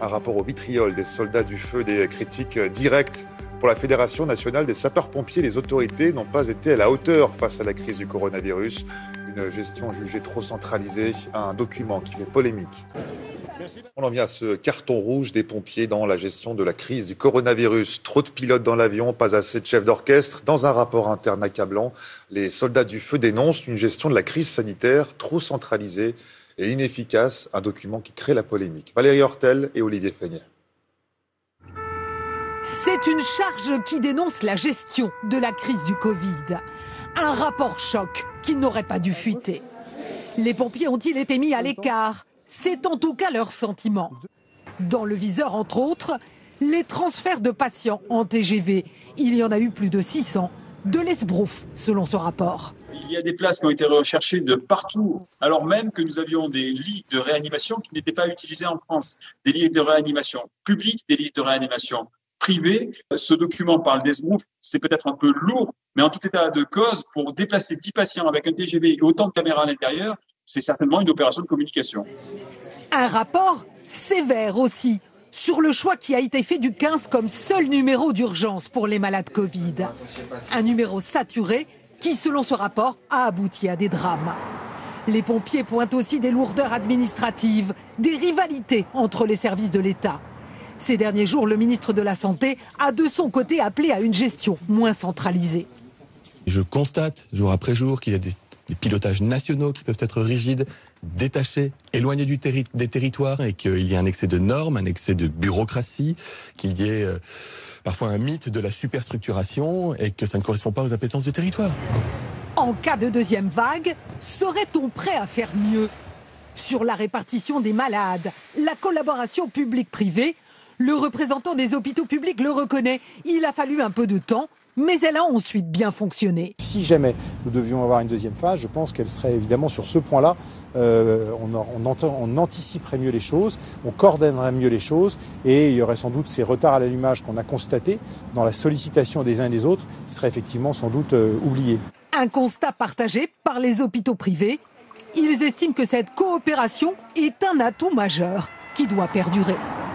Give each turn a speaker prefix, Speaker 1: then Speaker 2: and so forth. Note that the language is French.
Speaker 1: Un rapport au vitriol des soldats du feu, des critiques directes. Pour la Fédération nationale des sapeurs-pompiers, les autorités n'ont pas été à la hauteur face à la crise du coronavirus. Une gestion jugée trop centralisée, un document qui fait polémique. On en vient à ce carton rouge des pompiers dans la gestion de la crise du coronavirus. Trop de pilotes dans l'avion, pas assez de chefs d'orchestre. Dans un rapport interne accablant, les soldats du feu dénoncent une gestion de la crise sanitaire trop centralisée et inefficace, un document qui crée la polémique. Valérie Hortel et Olivier Feignet.
Speaker 2: C'est une charge qui dénonce la gestion de la crise du Covid. Un rapport choc qui n'aurait pas dû fuiter. Les pompiers ont-ils été mis à l'écart ? C'est en tout cas leur sentiment. Dans le viseur, entre autres, les transferts de patients en TGV. Il y en a eu plus de 600, de l'esbrouf, selon ce rapport.
Speaker 3: Il y a des places qui ont été recherchées de partout, alors même que nous avions des lits de réanimation qui n'étaient pas utilisés en France. Des lits de réanimation publics, des lits de réanimation privés. Ce document parle d'esbrouf, c'est peut-être un peu lourd, mais en tout état de cause, pour déplacer 10 patients avec un TGV et autant de caméras à l'intérieur, c'est certainement une opération de communication.
Speaker 2: Un rapport sévère aussi sur le choix qui a été fait du 15 comme seul numéro d'urgence pour les malades Covid. Un numéro saturé qui, selon ce rapport, a abouti à des drames. Les pompiers pointent aussi des lourdeurs administratives, des rivalités entre les services de l'État. Ces derniers jours, le ministre de la Santé a de son côté appelé à une gestion moins centralisée.
Speaker 4: Je constate jour après jour qu'il y a des pilotages nationaux qui peuvent être rigides, détachés, éloignés des territoires et qu'il y a un excès de normes, un excès de bureaucratie, qu'il y ait parfois un mythe de la superstructuration et que ça ne correspond pas aux appétences du territoire.
Speaker 2: En cas de deuxième vague, serait-on prêt à faire mieux ? Sur la répartition des malades, la collaboration publique-privée, le représentant des hôpitaux publics le reconnaît. Il a fallu un peu de temps, mais elle a ensuite bien fonctionné.
Speaker 5: Si jamais nous devions avoir une deuxième phase, je pense qu'elle serait évidemment sur ce point-là, on anticiperait mieux les choses, on coordonnerait mieux les choses et il y aurait sans doute ces retards à l'allumage qu'on a constatés dans la sollicitation des uns et des autres, qui seraient effectivement sans doute oubliés.
Speaker 2: Un constat partagé par les hôpitaux privés. Ils estiment que cette coopération est un atout majeur qui doit perdurer.